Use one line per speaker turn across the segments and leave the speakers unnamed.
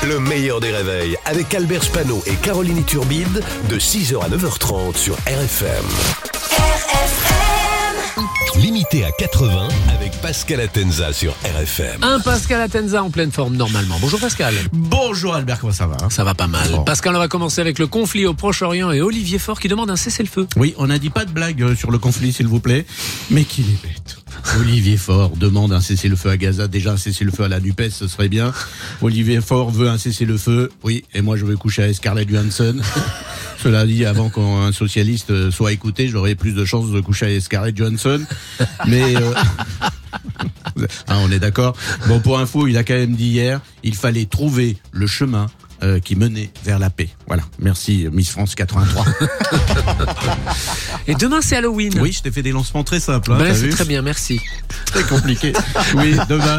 Le meilleur des réveils avec Albert Spano et Caroline Turbide de 6h à 9h30 sur RFM. Limité à 80 avec Pascal Atenza sur RFM.
Un Pascal Atenza en pleine forme normalement. Bonjour Pascal.
Bonjour Albert, comment ça va ?
Ça va pas mal.
Bon.
Pascal, on va commencer avec le conflit au Proche-Orient et Olivier Faure qui demande un cessez-le-feu.
Oui, on n'a dit pas de blague sur le conflit s'il vous plaît, mais qu'il est bête. Olivier Faure demande un cessez-le-feu à Gaza, déjà un cessez-le-feu à la NUPES, ce serait bien. Olivier Faure veut un cessez-le-feu, oui, et moi je vais coucher avec Scarlett Johansson. Cela dit, avant qu'un socialiste soit écouté, j'aurais plus de chances de coucher avec Scarlett Johansson. Mais on est d'accord. Bon, pour info, il a quand même dit hier, il fallait trouver le chemin qui menait vers la paix. Voilà, merci Miss France 83.
Et demain c'est Halloween.
Oui, je t'ai fait des lancements très simples. Hein,
Ben,
t'as
c'est
vu ?
très bien, merci.
Très compliqué. Oui, demain.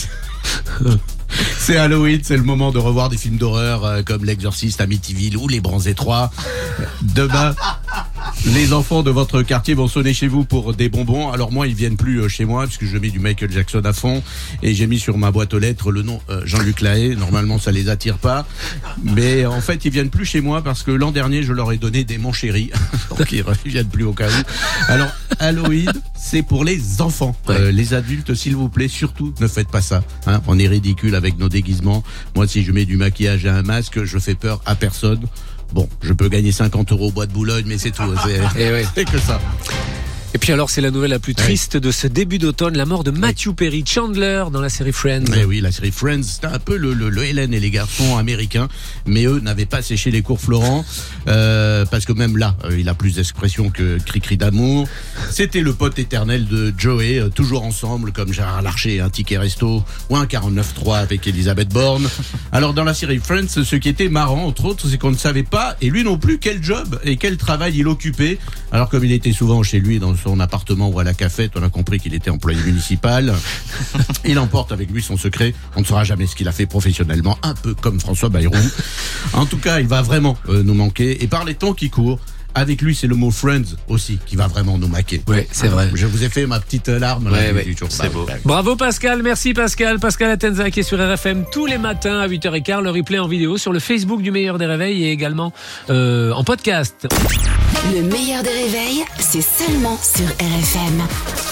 C'est Halloween, c'est le moment de revoir des films d'horreur comme L'Exorciste, Amityville ou Les Bronzés 3. Demain, les enfants de votre quartier vont sonner chez vous pour des bonbons. Alors moi, ils viennent plus chez moi puisque je mets du Michael Jackson à fond et j'ai mis sur ma boîte aux lettres le nom Jean-Luc Lahaye. Normalement, ça les attire pas, mais en fait, ils viennent plus chez moi parce que l'an dernier, je leur ai donné des Mon Chéri, donc ils viennent plus au cas où. Alors Halloween, c'est pour les enfants.
Ouais.
Les adultes, s'il vous plaît, surtout ne faites pas ça. Hein, on est ridicule avec nos déguisements. Moi, si je mets du maquillage et un masque, je fais peur à personne. Bon, je peux gagner 50 € au Bois de Boulogne, mais c'est tout.
Et ouais.
C'est que ça.
Et puis alors c'est la nouvelle la plus triste de ce début d'automne, la mort de Matthew Perry, Chandler dans la série Friends.
Mais oui, la série Friends, c'était un peu le Hélène et les garçons américains, mais eux n'avaient pas séché les cours Florent, parce que même là, il a plus d'expression que cri-cri d'amour. C'était le pote éternel de Joey, toujours ensemble, comme Gérard Larcher et un ticket resto, ou un 49.3 avec Elisabeth Borne. Alors dans la série Friends, ce qui était marrant, entre autres, c'est qu'on ne savait pas, et lui non plus, quel job et quel travail il occupait. Alors comme il était souvent chez lui dans son appartement ou à la cafette, on a compris qu'il était employé municipal. Il emporte avec lui son secret. On ne saura jamais ce qu'il a fait professionnellement, un peu comme François Bayrou. En tout cas, il va vraiment nous manquer. Et par les temps qui courent, avec lui, c'est le mot Friends aussi qui va vraiment nous manquer.
Ouais, c'est vrai.
Je vous ai fait ma petite larme. Là,
Ouais, c'est beau. Bravo Pascal, merci Pascal. Pascal Atenza qui est sur RFM tous les matins à 8h15. Le replay en vidéo sur le Facebook du Meilleur des Réveils et également en podcast.
Le meilleur des réveils, c'est seulement sur RFM.